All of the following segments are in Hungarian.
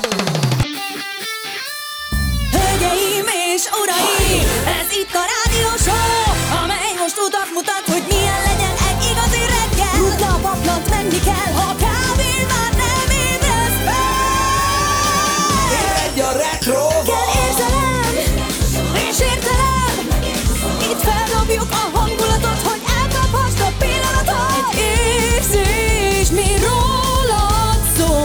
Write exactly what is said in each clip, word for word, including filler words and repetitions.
Hölgyeim és uraim, ez itt a rádió show, amely most utat mutat, hogy milyen legyen egy igazi reggel. Rutna a paplant, menni kell, ha kávén már nem ébresz fel. Egy a retro Kell érzelem, és értelem, itt feldobjuk a hangulatot, hogy elkaphast a pillanatot. Egy érzés, mi rólad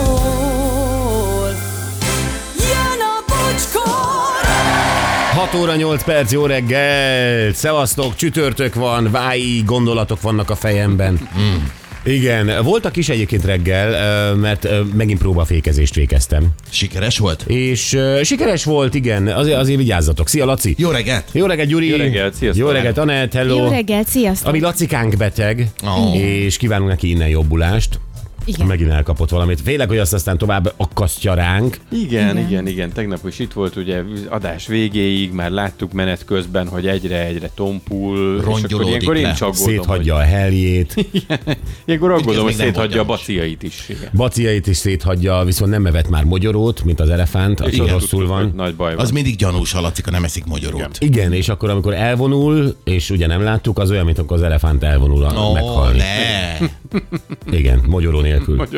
szól. Jön a Bocskor! hat óra nyolc perc, jó reggel! Szevasztok, csütörtök van, váji gondolatok vannak a fejemben. Mm. Igen, voltak is egyébként reggel, mert megint próbafékezést végeztem. Sikeres volt? És uh, sikeres volt, igen, azért, azért vigyázzatok. Szia, Laci! Jó reggelt! Jó reggelt, Gyuri! Jó reggelt, sziasztok! Jó reggelt, Anett, hello! Jó reggelt, sziasztok! Ami Lacikánk beteg, Oh. és kívánunk neki innen jobbulást. Igen. Megint elkapott valamit. Félek, hogy azt aztán tovább akasztja ránk. Igen, igen, Igen. igen, igen. Tegnap is itt volt, ugye adás végéig, már láttuk menet közben, hogy egyre-egyre tompul. Rongyolódik és akkor ilyenkor le. én csak aggódom, Széthagyja a heljét. hogy... Ilyenkor aggódom, ez hogy még nem széthagyja a volt baciait is. Igen. Baciait is széthagyja, viszont nem evett már mogyorót, mint az elefánt, És akkor azt rosszul tudtuk, van. hogy nagy baj van. Az mindig gyanús, ha Lacika nem eszik mogyorót. Igen, és akkor amikor elvonul, és ugye nem láttuk, az olyan, mint akkor az elefánt elvonul a Ó, meghalni. ne! Igen, mogyoró nélkül.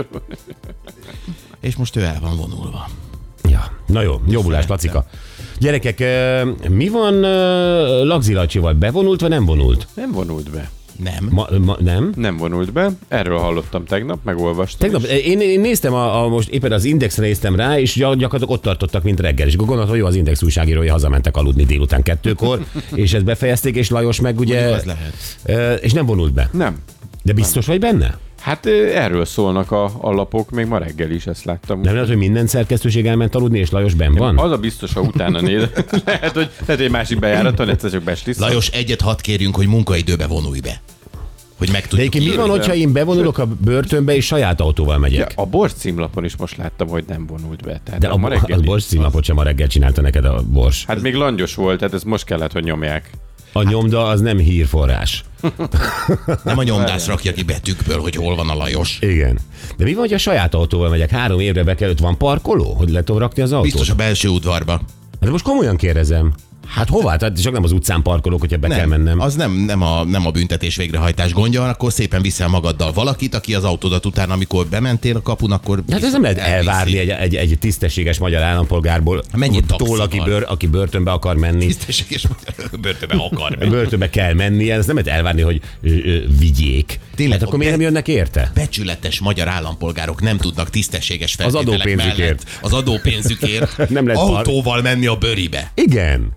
És most ő el van vonulva. Ja. Na jó, jobbulás, Lacika. Gyerekek, eh, mi van eh, Lagzi Lacsival? Bevonult, vagy nem vonult? Nem vonult be. Nem. Ma, ma, nem? Nem vonult be. Erről hallottam tegnap, megolvastam. Tegnap, is. eh, én, én néztem, a, a, most éppen az Indexre néztem rá, és gyak- gyakorlatilag ott tartottak, mint reggel. És akkor gondoltam, hogy jó, az Index újságírói hazamentek aludni délután kettőkor, és ezt befejezték, és Lajos meg ugye... Mondjuk az lehet. eh, És nem vonult be. Nem. De biztos vagy benne? Hát ö, erről szólnak a, a lapok, még ma reggel is ezt láttam. Nem lehet, hogy minden szerkesztőség elment aludni, és Lajos benn van? Az a biztos, ha utána néz. lehet, hogy, lehet, hogy egy másik bejáraton egyszer csak beslisz. Lajos, egyet hadd kérjünk, hogy munkaidőbe vonulj be. Hogy meg De tudjuk egyébként mi van, írni. hogyha én bevonulok a börtönbe, és saját autóval Ja, megyek? a Bors címlapon is most láttam, hogy nem vonult be. Tehát De a, ma a, reggel a Bors címlapot sem a reggel csinálta neked a Bors. Hát még langyos volt, tehát ez most kellett, hogy nyomják. A nyomda az nem hírforrás. Nem a nyomdász rakja ki betűkből, hogy hol van a Lajos. Igen. De mi van, hogy a saját autóval megyek? Három évre be kell, ott van parkoló? Hogy le tudom rakni az autót? Biztos a belső udvarba. De most komolyan kérdezem. Hát hová? Tehát csak nem az utcán parkolók, hogyha be kell mennem. az nem, nem, a, nem a büntetés végrehajtás gondja, akkor szépen viszel magaddal valakit, aki az autódat után, amikor bementél a kapun, akkor... Hát ez nem lehet elviszi. elvárni egy, egy, egy tisztességes magyar állampolgárból, Mennyit tól, taxival? aki, bőr, aki börtönbe akar menni. Tisztességes magyar börtönbe akar menni. Börtönbe kell menni, ez nem lehet elvárni, hogy ö, ö, vigyék. Tényleg, Hát akkor miért be- nem jönnek érte? Becsületes magyar állampolgárok nem tudnak tisztességes Az feltételek adópénzükért. mellett az adópénzükért Nem lehet par- autóval menni a bőribe. Igen.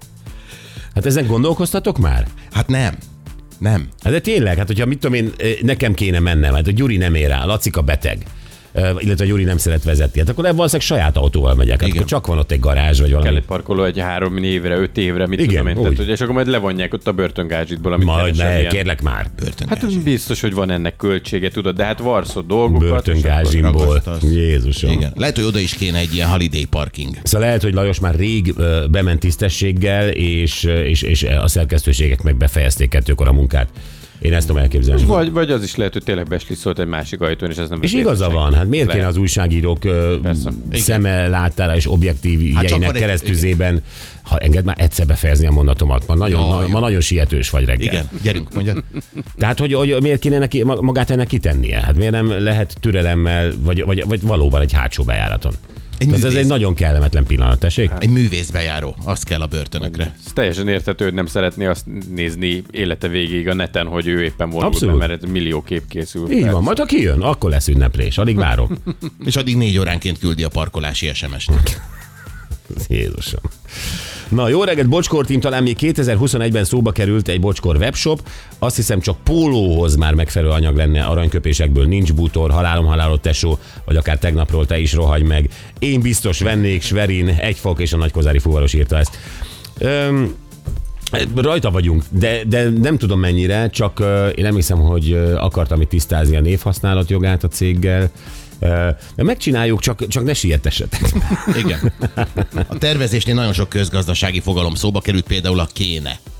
Hát ezen gondolkoztatok már? Hát nem. Nem. Hát de tényleg, hát hogyha mit tudom én, nekem kéne mennem, hát a Gyuri nem ér rá, Lacika beteg, illetve a Gyuri nem szeret vezetni, hát akkor valószínűleg saját autóval megyek, hát Igen. akkor csak van ott egy garázs, vagy Kell valami. egy parkoló egy három évre, öt évre, mit Igen, tudom én. úgy. Tehát, hogy- és akkor majd levonják ott a börtöngázsitból, amit Majd keresel ne, ilyen. kérlek már. Börtöngázs. Hát biztos, hogy van ennek költsége, tudod, de hát varszod dolgokat. és akkor- Börtöngázsimból. ragasztasz. Jézusom. Igen. Lehet, hogy oda is kéne egy ilyen holiday parking. Szóval lehet, hogy Lajos már rég ö, bement tisztességgel, és, és, és a szerkesztőségek meg befejezték kettőkor a munkát. Én ezt tudom elképzelni. Vagy, vagy az is lehet, hogy tényleg besliszolt egy másik ajtón, és ez nem És vett igaza észre van, senki. hát miért kéne Lehet. az újságírók ö, Persze. szeme látára és objektív Hát csak jeinek van egy- keresztüzében, ha enged már egyszer befejezni a mondatomat, ma nagyon, Jaj. ma, ma nagyon sietős vagy reggel. Igen, gyerünk, mondjad. Tehát, hogy, hogy miért kéne neki, magát ennek kitennie? Hát miért nem lehet türelemmel, vagy, vagy, vagy valóban egy hátsó bejáraton? Egy Ez, ez művész. egy nagyon kellemetlen pillanat, tessék? Egy művészbejáró, az kell a börtönökre. Ez teljesen érthető, hogy nem szeretné azt nézni élete végéig a neten, hogy ő éppen vonul be, Abszolút. mert ez millió kép készül. Így van, majd ha kijön, akkor lesz ünneplés, addig várom. És addig négy óránként küldi a parkolási es em est. Jézusom. Na, jó reggelt, Bocskor team, talán még kétezer-huszonegyben szóba került egy Bocskor webshop. Azt hiszem, csak pólóhoz már megfelelő anyag lenne, aranyköpésekből nincs bútor, halálom halálod tesó, vagy akár tegnapról te is rohagy meg. Én biztos vennék, Sverin, egy fok és a nagykozári fuvaros írta ezt. Öm, Rajta vagyunk, de, de nem tudom mennyire, csak uh, én nem hiszem, hogy uh, akartam itt tisztázni a névhasználat jogát a céggel. Uh, de megcsináljuk, csak, csak ne sietessetek. Igen. A tervezésnél nagyon sok közgazdasági fogalom szóba került, például a kéne.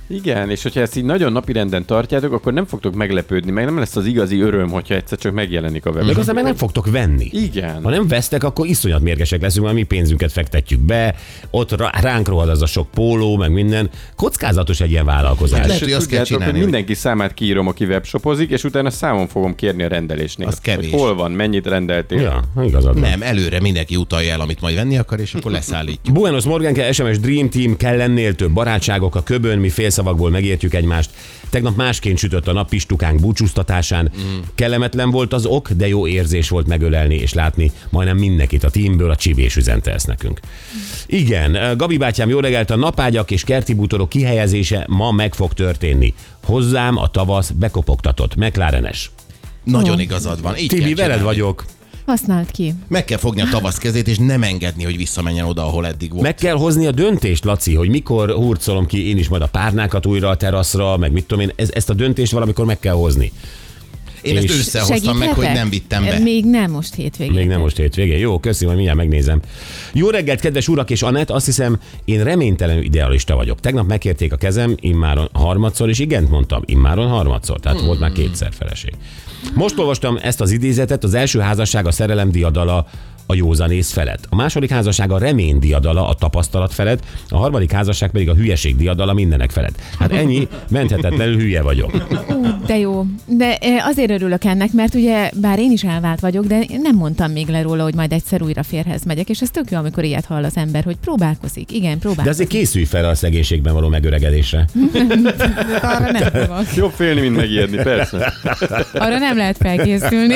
Igen, és hogyha ezt így nagyon napirenden tartjátok, akkor nem fogtok meglepődni, meg nem lesz az igazi öröm, hogyha egyszer csak megjelenik a Meg webshop. aztán meg nem fogtok venni. Igen. Ha nem vesztek, akkor iszonyat mérgesek leszünk, mert mi pénzünket fektetjük be, ott rá- ránk rohad az a sok póló, meg minden. Kockázatos egy ilyen vállalkozás. Lehet, És hogy azt kell tudjátok, hogy csinálni, hogy- mindenki számát kiírom, aki webshopozik, és utána számon fogom kérni a rendelésnél. Az kevés. Hogy hol van, mennyit rendeltél. Ja, igazad van. Nem, előre mindenki utalja el, amit majd venni akar, és akkor leszállítjuk. Buenos Morgenke, es em es Dream Team, kell lennél több barátságok a köbön, mi félszavakból megértjük egymást. Tegnap másként sütött a nap Pistukánk búcsúztatásán. Mm. Kellemetlen volt az ok, de jó érzés volt megölelni és látni majdnem mindenkit a teamből, a Csibés üzente ezt nekünk. Igen, Gabi bátyám, jó reggelt, a napágyak és kerti bútorok kihelyezése ma meg fog történni. Hozzám a tavasz bekopogtatott. McLarenes. Nagyon igazad van. Így Tibi, kell veled csinálni. vagyok. Használd ki. Meg kell fogni a tavasz kezét, és nem engedni, hogy visszamenjen oda, ahol eddig volt. Meg kell hozni a döntést, Laci, hogy mikor hurcolom ki én is majd a párnákat újra a teraszra, meg mit tudom én, ez, ezt a döntést valamikor meg kell hozni. Én ezt és összehoztam meg, hogy nem vittem be. Még nem most hétvégén. Még nem most hétvégén. Jó, köszi, majd mindjárt megnézem. Jó reggelt, kedves urak és Anett, azt hiszem, én reménytelenül idealista vagyok. Tegnap megkérték a kezem immáron harmadszor, és igent mondtam, immáron harmadszor, tehát hmm. volt már kétszer feleség. Most olvastam ezt az idézetet, az első házasság a szerelem diadala a józanész felett. A második házasság a remény diadala a tapasztalat felett, a harmadik házasság pedig a hülyeség diadala mindenek felett. Hát ennyi, menthetetlenül hülye vagyok. Ú, de jó. De eh, azért örülök ennek, mert ugye bár én is elvált vagyok, de nem mondtam még le róla, hogy majd egyszer újra férhez megyek, és ez tök jó, amikor ilyet hall az ember, hogy próbálkozik. Igen, De próbálkozik. azért készülj fel a szegénységben való megöregedésre. Arra nem fogok. Jobb félni, mint megijedni, persze. Arra nem lehet felkészülni.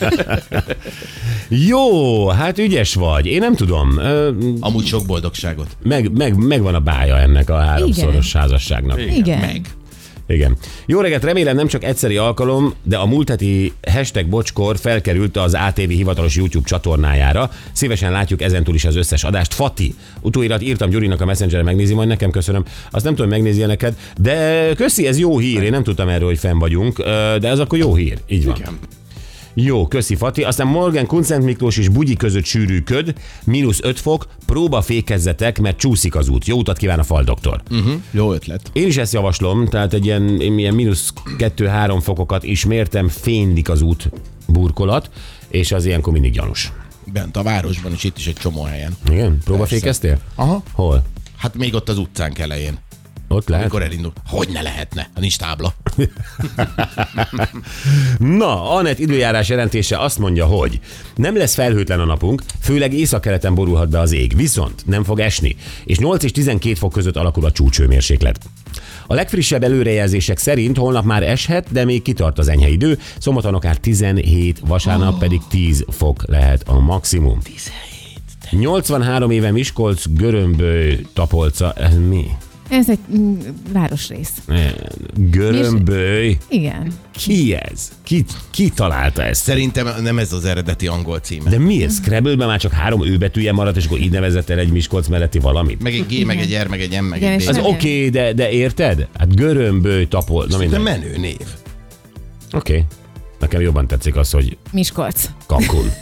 Jó, hát ügyes vagy. Én nem tudom. Ö, Amúgy sok boldogságot. Meg, meg, megvan a bája ennek a háromszoros Igen. házasságnak. Igen. Igen. Meg. Igen. Jó reggelt, remélem nem csak egyszeri alkalom, de a múlt heti hashtag bocskor felkerült az á té vé hivatalos YouTube csatornájára. Szívesen látjuk ezentúl is az összes adást. Fati, utóirat írtam Gyurinak a Messengeren, megnézi majd nekem, köszönöm. Azt nem tudom, megnézi neked, de köszi, ez jó hír. Én nem tudtam erről, hogy fenn vagyunk, de ez akkor jó hír. Így van. Igen. Jó, köszi Fati. Aztán Morgan, Kuncent Miklós és Bugyi között sűrű köd, mínusz öt fok, próba fékezzetek, mert csúszik az út. Jó utat kíván a faldoktor. Uh-huh. Jó ötlet. Én is ezt javaslom, tehát egy ilyen, ilyen mínusz kettő-három fokokat is mértem, fénylik az út burkolat, és az ilyenkor mindig gyanús. Bent a városban is, itt is egy csomó helyen. Igen? Próbafékeztél? Aha. Hol? Hát még ott az utcánk elején. Ott lehet? Amikor elindul. Hogy ne lehetne? Ha nincs tábla. Na, Anett időjárás jelentése azt mondja, hogy nem lesz felhőtlen a napunk, főleg északkeleten borulhat be az ég, viszont nem fog esni, és nyolc és tizenkét fok között alakul a csúcsőmérséklet. A legfrissebb előrejelzések szerint holnap már eshet, de még kitart az enyhe idő, szombaton akár tizenhét, vasárnap oh. pedig tíz fok lehet a maximum. tizenhét. nyolcvanhárom éve Miskolc, Görömböly, Tapolca, ez mi? Ez egy mm, városrész. Görömböly. Igen. Ki ez? Ki, ki találta ezt? Szerintem nem ez az eredeti angol címe. De mi ez? Scrabble-ben már csak három ő betűje maradt, és akkor így nevezett el egy Miskolc melletti valamit? Meg egy G, meg egy R, meg egy M, meg Igen, egy és D. Az nem oké, okay, de, de érted? Hát Görömböly, Tapol... Na De minden. Oké. menő név. Okay. Nekem jobban tetszik az, hogy Miskolc. Cancún.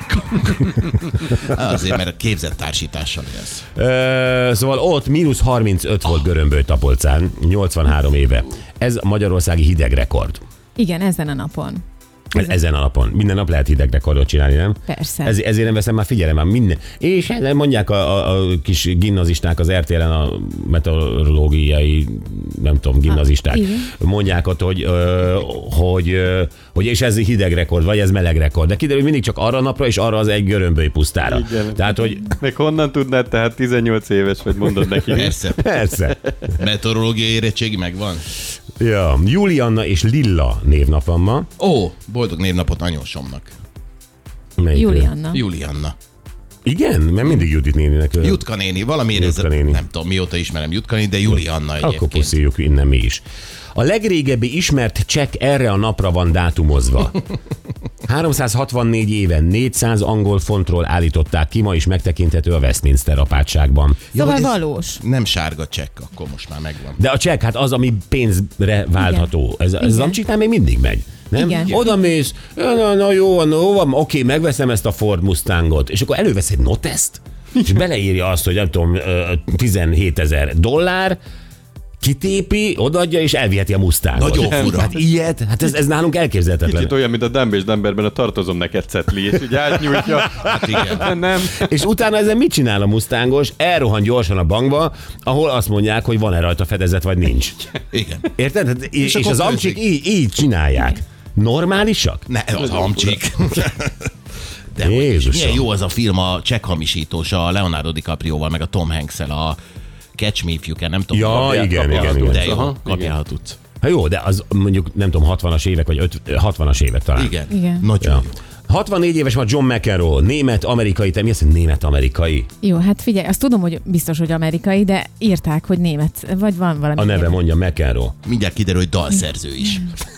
Azért, mert a képzett társítással élsz. Ö, szóval ott mínusz harmincöt volt Görömböly Tapolcán, nyolcvanhárom éve. Ez a magyarországi hidegrekord. Igen, ezen a napon. Ez ezen a napon. Minden nap lehet hidegrekordot csinálni, nem? Persze. Ez, ezért nem veszem már figyelem, már minden. És hát mondják a, a, a kis gimnazisták az er té el-en, a meteorológiai, nem tudom, gimnazisták. Ah, Mondják ott, hogy, ö, hogy, ö, hogy és ez hidegrekord, vagy ez melegrekord. De kiderül, hogy mindig csak arra a napra, és arra az egy Görömböly pusztára. Igen. Tehát, hogy Meg honnan tudnád, tehát tizennyolc éves vagy, mondod neki. Persze. persze. Meteorológiai érettségi megvan. Ja, Julianna és Lilla névnap van ma. Ó, boldog névnapot anyósomnak. Melyik ő? Julianna. Julianna. Igen? Mert mindig Judit néninek. ő- Jutka néni, valamiért ez, Jutka néni. nem tudom mióta ismerem Jutka néni, de Julianna Akkor egyébként. puszíjuk innen mi is. A legrégebbi ismert csekk erre a napra van dátumozva. háromszázhatvannégy éve négyszáz angol fontról állították ki, ma is megtekinthető a Westminster apátságban. Szóval hogy ez valós. Nem sárga csekk, akkor most már megvan. De a csekk, hát az, ami pénzre váltható. Ez, ez Igen. Amcsiknál még mindig megy. Nem? Igen. Oda mész, na, na, na jó, no, van, oké, megveszem ezt a Ford Mustangot, és akkor elővesz egy notest, és beleírja azt, hogy nem tudom, tizenhétezer dollár, kitépi, odaadja és elviheti a Mustangot. Nagyon fura. Hát ilyet, hát ez, ez nálunk elképzelhetetlen. Kicsit olyan, mint a Dumb és Dumberben a tartozom neked cetli, és így átnyújtja. Hát igen. Nem. És utána ezen mit csinál a Mustangos? Elrohan gyorsan a bankba, ahol azt mondják, hogy van-e rajta fedezet, vagy nincs. Igen. Érted? Hát, és, és akkor az amcsik így, így csinálják. Normálisak? Ne, az amcsik. De hogy is, Jézusom. milyen jó az a film, a Csek hamisítós, a Leonardo DiCaprioval, meg a Tom Hanks-el, a Catch Me If You Can, nem tudom. Ja, kapjál, igen, kapjál, igen, ha tudsz. igen. De jó, Aha, kapjál, igen. ha tudsz. Hát jó, de az mondjuk nem tudom, hatvanas évek, vagy öt, hatvanas évek talán. Igen. Igen. Nagyon Ja. jó. hatvannégy éves van John McEnroe, német-amerikai, te mi az, hogy német-amerikai? Jó, hát figyelj, azt tudom, hogy biztos, hogy amerikai, de írták, hogy német, vagy van valami. A neve mondja McEnroe. Mindjárt kiderül, hogy dalszerző is.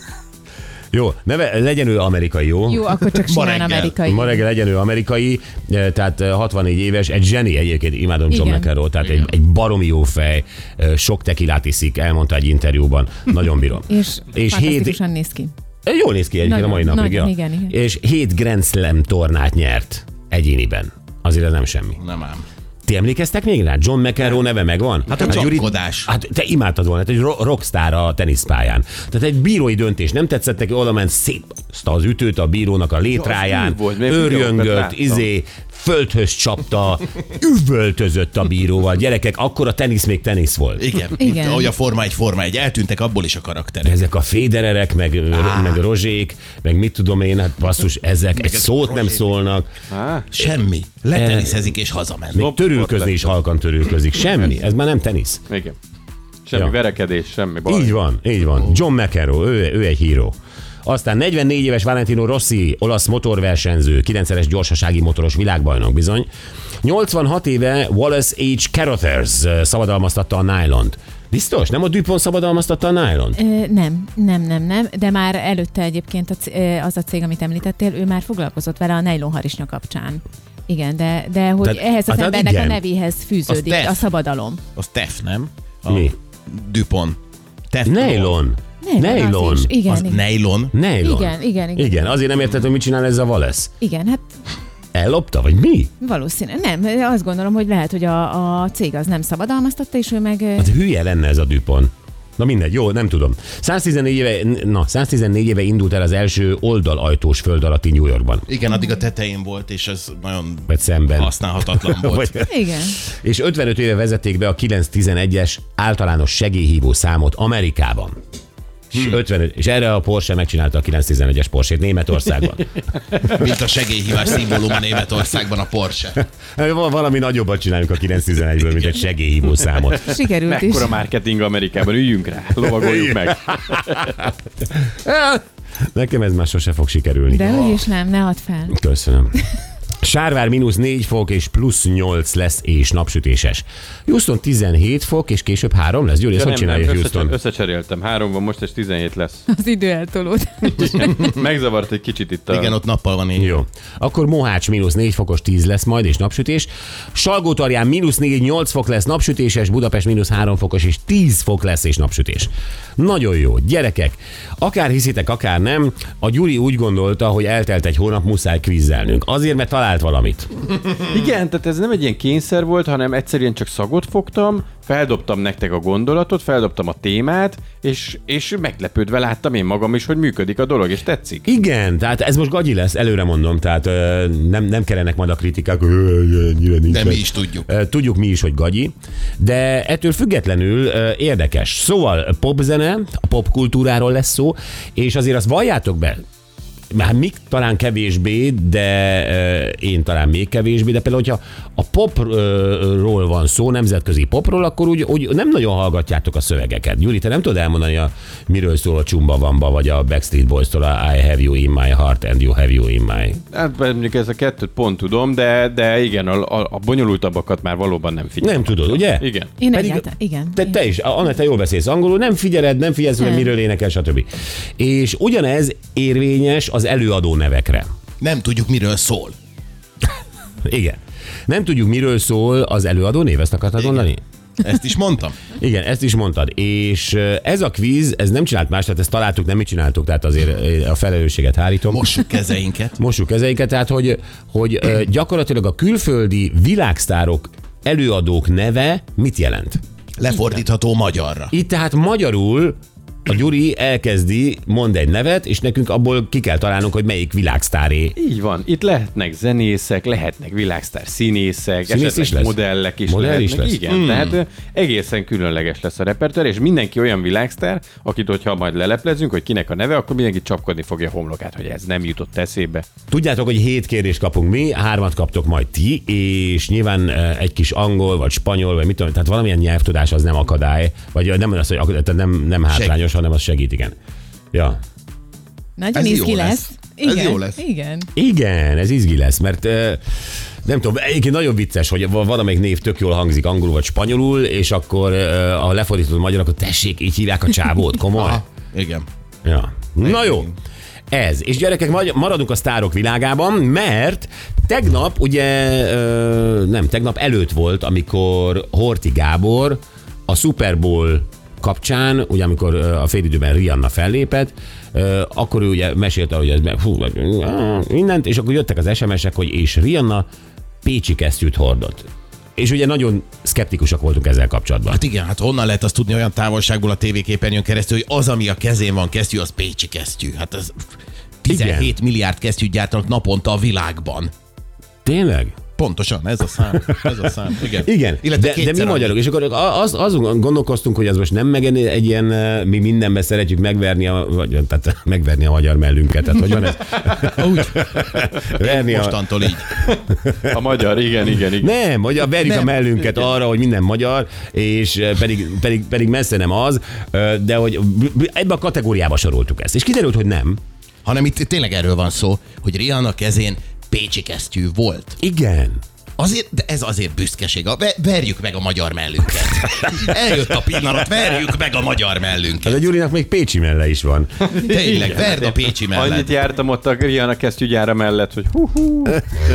Jó, neve, legyen ő amerikai, jó? Jó, akkor csak Ma simán reggel. amerikai. Ma reggel legyen ő amerikai, eh, tehát eh, hatvannégy éves, egy zseni egyébként, imádom John Igen. McEnroe, tehát egy, egy baromi jó fej, eh, sok tekilát iszik, elmondta egy interjúban, nagyon bírom. És, És és hét- fantasztikusan néz ki. Jól néz ki egyébként a mai Nagyon, napig. nagyon, Ja. igen, igen. És hét Grand Slam tornát nyert egyéniben. Azért ez nem semmi. Nem ám. Ti emlékeztek még rá? John McEnroe neve megvan? Hát a Gyuri- csapkodás. Hát te imádtad volna, hát egy ro- rockstar a teniszpályán. Tehát egy bírói döntés nem tetszett neki, oda ment, szétbaszta az ütőt a bírónak a létráján, hű volt, mert videókat őrjöngött, láttam. izé, földhöz csapta, üvöltözött a bíróval. Gyerekek, akkor a tenisz még tenisz volt. Igen. Igen. Itt, ahogy a Forma egy, Forma egy, eltűntek abból is a karakterek. Ezek a Federerek, meg, meg Rozsék, meg mit tudom én, hát basszus, ezek egy ez szót a nem Rozsék. szólnak. Á, Semmi. Leteniszezik és hazament. Még törülközni is halkan törülközik. Semmi, ez már nem tenisz. igen. Semmi Ja. verekedés, semmi baj. Így van, így van. John McEnroe, ő, ő egy híró. Aztán negyvennégy éves Valentino Rossi, olasz motorversenyző, kilencszeres gyorsasági motoros világbajnok bizony. nyolcvanhat éve Wallace H. Carothers eh, szabadalmaztatta a nylont. Biztos? Nem a Dupont szabadalmaztatta a nylont? Ö, nem, nem, nem, nem, de már előtte egyébként a, c- ö, az a cég, amit említettél, ő már foglalkozott vele a nejlonharisnya kapcsán. Igen, de, de hogy Tehát- ehhez az hát embernek igen. a nevéhez fűződik Az Tef. a szabadalom. Az Tef, nem? A Mi? Dupont. Tef. Nylon. Nylon. az is. Igen, Az igen. nylon. Nylon. Igen, igen, igen. Igen, azért nem érted, hogy mit csinál ez a Wallace. Igen, hát Ellopta, vagy mi? valószínűleg. Nem, azt gondolom, hogy lehet, hogy a, a cég az nem szabadalmaztatta, és ő meg... ö, Hát hülye lenne ez a Dupont. Na mindegy, jó, nem tudom. száztizennégy éve, na, száztizennégy éve indult el az első oldalajtós föld alatti New Yorkban. Igen, addig a tetején volt, és ez nagyon Vagy szemben. használhatatlan volt. Vagy- Igen. És ötvenöt éve vezették be a kilenc tizenegyes általános segélyhívó számot Amerikában. És, ötvenöt, és erre a Porsche megcsinálta a kilenc tizenegyes Porsche-t Németországban. Mint a segélyhívás szimbóluma Németországban a Porsche. Val- Valami nagyobbat csinálunk a kilenc tizenegyből, mint egy segélyhívó számot. Sikerült is. Mekkora marketing Amerikában, üljünk rá, lovagoljuk meg. Nekem ez már sose fog sikerülni. De hogy is nem, ne add fel. Köszönöm. Sárvár mínusz négy fok és plusz nyolc lesz és napsütéses. Houston tizenhét fok és később három lesz. Gyuri, ezt Ja, hogy nem, nem, csinálja összecser, Houston? összecseréltem. Három van most, és tizenhét lesz. Az idő eltolód. Megzavart egy kicsit itt a... Igen, ott nappal van én. Jó. Akkor Mohács mínusz négy fokos tíz lesz majd, és napsütés. Salgótarján mínusz négy, nyolc fok lesz napsütéses, Budapest mínusz három fokos, és tíz fok lesz, és napsütés. Nagyon jó. Gyerekek, akár hiszitek, akár nem, a Gyuri úgy gondolta, hogy eltelt egy hónap, muszáj kvízzelnünk. Azért, mert talált valamit. Igen, tehát ez nem egy ilyen kényszer volt, hanem egyszerűen csak szagot fogtam, feldobtam nektek a gondolatot, feldobtam a témát, és, és meglepődve láttam én magam is, hogy működik a dolog, és tetszik. Igen, tehát ez most gagyi lesz, előre mondom, tehát ö, nem, nem kellenek majd a kritikák, hogy ö, ö, ennyire nincs. De mi is tudjuk. Ö, Tudjuk mi is, hogy gagyi, de ettől függetlenül ö, érdekes. Szóval popzene, a popkultúráról lesz szó, és azért azt valljátok be, már még talán kevésbé, de ö, én talán még kevésbé, de például, hogyha a popról van szó, nemzetközi popról, akkor úgy, úgy nem nagyon hallgatjátok a szövegeket. Gyuri, te nem tudod elmondani, a, miről szól a Chumbawamba, vagy a Backstreet Boys-tól a I have you in my heart and you have you in my... Hát mondjuk ez a kettőt pont tudom, de, de igen, a, a, a bonyolultabbakat már valóban nem figyelem. Nem tudod, ugye? Igen. Én Pedig- egyáltalán, igen. Te, te is, Anna, te jól beszélsz angolul, nem figyeled, nem figyelsz, hogy Nem. miről énekel, stb. És ugyanez érvényes az előadó nevekre. Nem tudjuk, miről szól. Igen. Nem tudjuk, miről szól az előadó név, ezt akartad mondani? Ezt is mondtam. Igen, ezt is mondtad. És ö, ez a kvíz, ez nem csinált más, tehát ezt találtuk, nem mi csináltuk, tehát azért ö, a felelősséget hárítom. Mossuk kezeinket. Mossuk kezeinket, tehát hogy, hogy ö, gyakorlatilag a külföldi világsztárok előadók neve mit jelent? lefordítható magyarra. Itt tehát magyarul a Gyuri elkezdi, mond egy nevet, és nekünk abból ki kell találnunk, hogy melyik világsztáré. Így van. Itt lehetnek zenészek, lehetnek világsztár színészek, Színész esetleg is lesz? modellek is Modell lehetnek. is lesz? Igen, mm. tehát ö, egészen különleges lesz a repertoár, és mindenki olyan világsztár, akit, hogyha majd leleplezünk, hogy kinek a neve, akkor mindenki csapkodni fogja a homlokát, hogy ez nem jutott eszébe. Tudjátok, hogy hét kérdést kapunk mi, hármat kaptok majd ti, és nyilván eh, egy kis angol, vagy spanyol, vagy mit tudom, tehát valamilyen nyelvtudás az nem akadály, vagy nem az, hogy ak- tehát nem, nem hátrányos, hanem az segít, igen. Ja. Nagyon Ez izgi jó lesz. lesz. Igen, Ez jó lesz. Igen. Igen, ez izgi lesz, mert eh, nem tudom, egyébként nagyon vicces, hogy valamelyik név tök jól hangzik angolul vagy spanyolul, és akkor eh, a lefordított magyar, akkor tessék, így hívják a csávót, komoly. Aha, igen. Ja. Na jó. Ez. És gyerekek, magy- maradunk a sztárok világában, mert tegnap, ugye, ö, nem, tegnap előtt volt, amikor Horthy Gábor a Super Bowl kapcsán, ugye amikor ö, a félidőben Rihanna fellépett, ö, akkor ő ugye mesélte, hogy ez meg, fú, mindent, és akkor jöttek az es em es-ek, hogy és Rihanna pécsi kesztyűt hordott. És ugye nagyon szkeptikusak voltunk ezzel kapcsolatban. Hát igen, hát honnan lehet azt tudni olyan távolságból a tévéképernyőn keresztül, hogy az, ami a kezén van kesztyű, az pécsi kesztyű. Hát ez tizenhét Igen. milliárd kesztyűt gyártanak naponta a világban. Tényleg? Pontosan, ez a szám. Ez a szám. Igen. Igen, Illetve de, de mi kétszer annyi. magyarok, és akkor az, azon gondolkoztunk, hogy ez most nem meg egy ilyen, mi mindenben szeretjük megverni a, vagy, tehát megverni a magyar mellünket, tehát hogy van ez? Úgy. Verni a, Mostantól így. A magyar, igen, igen, igen. nem, hogy a verjük Nem. a mellünket arra, hogy minden magyar, és pedig, pedig, pedig messze nem az, de hogy ebbe a kategóriába soroltuk ezt. És kiderült, hogy nem. Hanem itt tényleg erről van szó, hogy Rihanna kezén pécsi kesztyű volt. Igen. Azért, de ez azért büszkeség. A- Ve- Verjük meg a magyar mellünket. Eljött a pillanat, verjük meg a magyar Hát a mellünket. Gyurinak még pécsi melle is van. Tényleg, verd a pécsi Annyit mellett. jártam ott a Rihanna kesztyűgyára mellett, hogy hú, hú.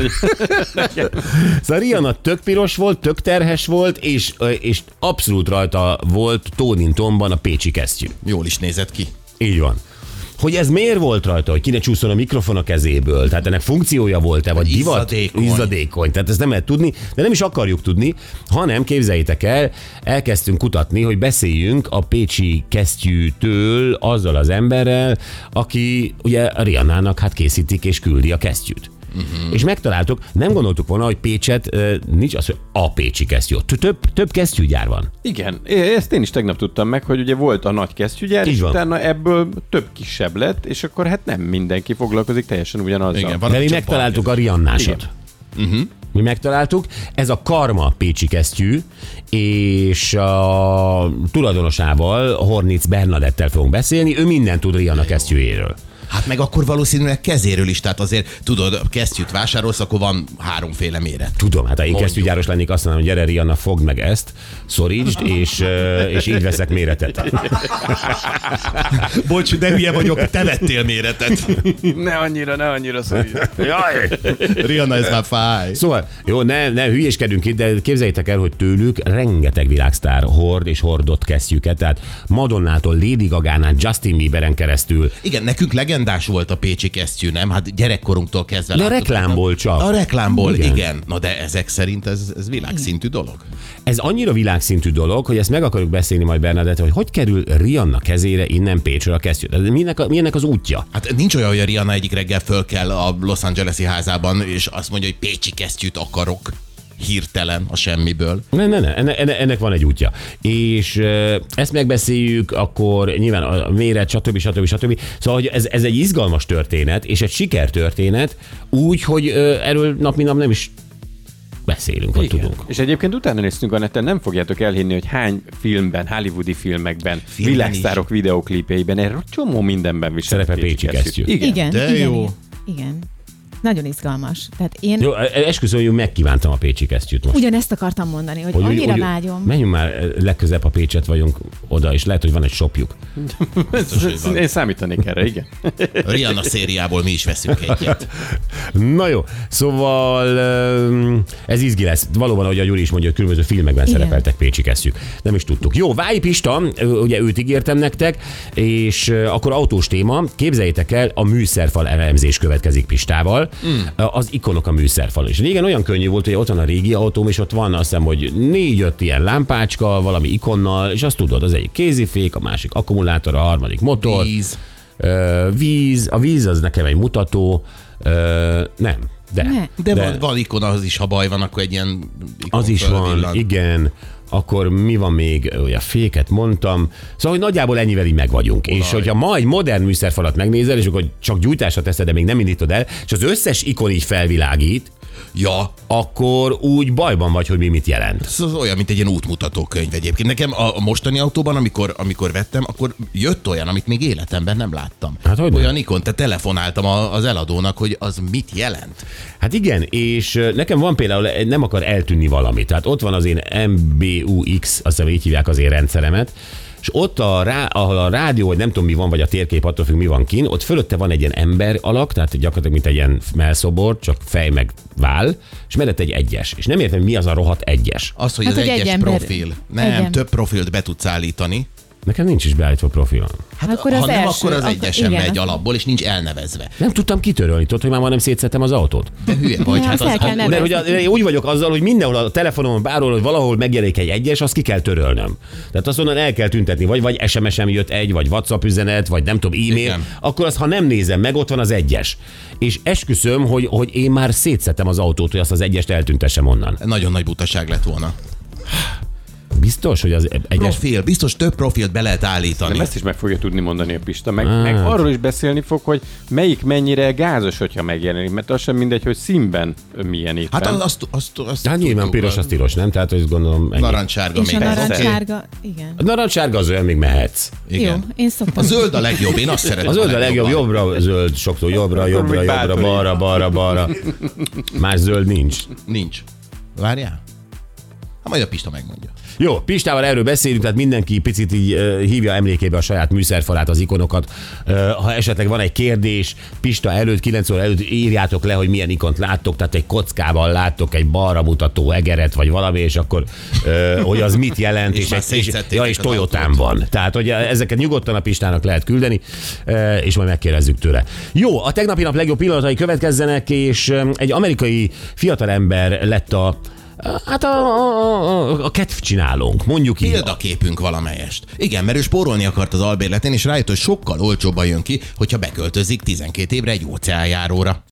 Szóval Rihanna tök piros volt, tök terhes volt, és, és abszolút rajta volt Tónintonban a pécsi kesztyű. Jól is nézett ki. Így van. Hogy ez miért volt rajta, hogy ki ne csúszson a mikrofon a kezéből? Tehát ennek funkciója volt-e, vagy divat? Izzadékony. Izzadékony. Tehát ezt nem lehet tudni, de nem is akarjuk tudni, hanem képzeljétek el, elkezdtünk kutatni, hogy beszéljünk a pécsi kesztyűtől azzal az emberrel, aki ugye a Rihannának hát készítik és küldi a kesztyűt. Uh-huh. És megtaláltuk, nem gondoltuk volna, hogy Pécset uh, nincs az, hogy a pécsi kesztyű. Több, több kesztyűgyár van. Igen, ezt én is tegnap tudtam meg, hogy ugye volt a nagy kesztyűgyár, Így és van. utána ebből több kisebb lett, és akkor hát nem mindenki foglalkozik teljesen ugyanazzal. Igen, van, De mi aki csak megtaláltuk a Riannásot. Uh-huh. Mi megtaláltuk, ez a Karma pécsi kesztyű, és a tulajdonosával, Hornitz Bernadettel fogunk beszélni, ő mindent tud Rihanna kesztyűjéről. Hát meg akkor valószínűleg kezéről is, tehát azért tudod, kesztyűt vásárolsz, akkor van háromféle méret. Tudom, hát ha én Mondjuk. kesztyűgyáros lennék, azt mondom, hogy gyere Rihanna, fogd meg ezt, szorítsd, és, ö, és így veszek méretet. Bocs, de hülye vagyok, te vettél méretet. Ne annyira, ne annyira szorít. Jaj! Rihanna, ez már fáj. Szóval, jó, ne, ne hülyéskedünk itt, de képzeljétek el, hogy tőlük rengeteg világsztár hord és hordott kesztyűket, tehát Madonnától, Lady Gagánál, Justin Bieberen keresztül. Igen, nekünk legendás volt a pécsi kesztyű, nem? Hát gyerekkorunktól kezdve. De a láttuk. reklámból csak. A reklámból, Igen. igen. igen. Na de ezek szerint ez, ez világszintű dolog. Ez annyira világszintű dolog, hogy ezt meg akarjuk beszélni majd Bernadette, hogy hogy kerül Rihanna kezére innen Pécsről a kesztyű. De milyennek, a, milyennek az útja? Hát nincs olyan, hogy a Rihanna egyik reggel föl kell a Los Angeles-i házában, és azt mondja, hogy pécsi kesztyűt akarok. Hirtelen, a semmiből. Ne, ne, ne, enne, ennek van egy útja. És e, ezt megbeszéljük, akkor nyilván a méret, stb. stb. stb. Szóval, hogy ez, ez egy izgalmas történet, és egy sikertörténet, úgy, hogy e, erről nap mint nap nem is beszélünk, vagy Igen. tudunk. És egyébként utána néztünk a neten, nem fogjátok elhinni, hogy hány filmben, hollywoodi filmekben, Filmen világsztárok videóklipjeiben, erről csomó mindenben visel. Szerepel pécsi kesztyű. Igen. Igen, De igen, jó. igen. Nagyon izgalmas. Tehát én Jó, esküszöm, hogy megkívántam a pécsi kesztyűt most. ugyanezt akartam mondani, hogy, hogy annyira hogy vágyom. Menjünk már legközelebb, a Pécset vagyunk oda, és lehet, hogy van egy shopjuk. Én számítanék erre, igen. A Rihanna szériából mi is veszünk egyet. Na jó, szóval öm, ez izgi lesz. Valóban, ahogy a Gyuri is mondja, hogy különböző filmekben Igen. szerepeltek pécsi kesztyűk. Nem is tudtuk. Jó, Vályi Pista, ugye őt ígértem nektek, és ö, akkor autós téma. Képzeljétek el, a műszerfal elemzés következik Pistával. műszerfal, mm. az ikonok a műszerfalon. És régen olyan könnyű volt, hogy ott van a régi autóm, és ott van azt hiszem, hogy négy-öt ilyen lámpácska, valami ikonnal, és azt tudod, az egyik kézifék, a másik akkumulátor, a harmadik motor. Víz. Ö, víz, a víz az nekem egy mutató, ö, nem. De, Ne. De, de van, van ikon, az is, ha baj van, akkor egy ilyen ikon az is van, fölvillan. igen. Akkor mi van még? Ugye féket mondtam. Szóval, hogy nagyjából ennyivel így meg vagyunk. Olaj. És hogyha ma egy modern műszerfalat megnézel, és akkor csak gyújtásra teszed, de még nem indítod el, és az összes ikon így felvilágít, Ja, akkor úgy bajban vagy, hogy mi mit jelent. ez az olyan, mint egy ilyen útmutató könyv egyébként. Nekem a a mostani autóban, amikor, amikor vettem, akkor jött olyan, amit még életemben nem láttam. Hát hogy nem? Olyan ikon, te telefonáltam a- az eladónak, hogy az mit jelent. Hát igen, és ö, nekem van például, nem akar eltűnni valami. Tehát ott van az én em bé u iksz, azt hiszem így hívják az én rendszeremet, és ott, a rá, ahol a rádió, vagy nem tudom mi van, vagy a térkép, attól függ mi van kin, ott fölötte van egy ilyen ember alak, tehát gyakorlatilag mint egy ilyen melszobor, csak fej meg váll, és mellett egy egyes. És nem értem, mi az a rohadt egyes. Az, hogy Hát, az hogy egy egyes ember- profil. Nem, egy em- több profilt be tudsz állítani. Nekem nincs is beállítva profilom. Hát Akkor ha az nem, első, akkor az akkor egyesen igen, megy akkor- alapból, és nincs elnevezve. Nem tudtam kitörölni, tudod, hogy már majdnem szétszettem az autót. De hülye vagy. Ja, Hát azt az, el kell az, nevezni. De hogy a, én úgy vagyok azzal, hogy mindenhol a telefonomon bárhol, hogy valahol megjelenik egy egyes, azt ki kell törölnöm. Tehát azt onnan el kell tüntetni, vagy, vagy es em es-em jött egy, vagy WhatsApp üzenet, vagy nem tudom, e-mail, Igen. akkor azt, ha nem nézem meg, ott van az egyes. És esküszöm, hogy, hogy én már szétszettem az autót, hogy azt az egyest eltüntessem onnan. nagyon nagy butaság lett volna. Biztos, hogy az egyes... Profil, biztos több profilt be lehet állítani. Nem ezt is meg fogja tudni mondani a Pista, meg, Hát. meg arról is beszélni fog, hogy melyik mennyire gázos, hogyha megjelenik, mert az sem mindegy, hogy színben milyen éppen. Hát az- azt, azt, azt Hát nyilván tudjuk, piros a az tilos, nem? Tehát, hogy gondolom... ennyi. Narancssárga És még. a Oké. narancssárga, igen. A narancssárga az olyan, még mehetsz. Igen. Jó, én szoktam. A zöld a legjobb, én azt szeretem. A zöld a legjobb, legjobban. jobbra zöld, sokszor jobbra, Akkor jobbra, még jobbra, bátorít. balra, balra, balra. Más zöld nincs. Nincs. Várjál? Hát majd a Pista megmondja. Jó, Pistával erről beszélünk, tehát mindenki picit így uh, hívja emlékébe a saját műszerfalát, az ikonokat. Uh, ha esetleg van egy kérdés, Pista előtt, kilenc óra előtt írjátok le, hogy milyen ikont láttok, tehát egy kockával láttok egy balra mutató egeret, vagy valami, és akkor, uh, hogy az mit jelent, És és, már és, és, szétszettétek ja, és az Toyotám autót. van. Tehát, hogy ezeket nyugodtan a Pistának lehet küldeni, uh, és majd megkérdezzük tőle. Jó, a tegnapi nap legjobb pillanatai következzenek, és um, egy amerikai fiatalember lett a Hát a, a, a, a kedvcsinálónk, mondjuk így. Példaképünk valamelyest. Igen, mert ő spórolni akart az albérletén, és rájött, hogy sokkal olcsóbban jön ki, hogyha beköltözik tizenkét évre egy óceánjáróra.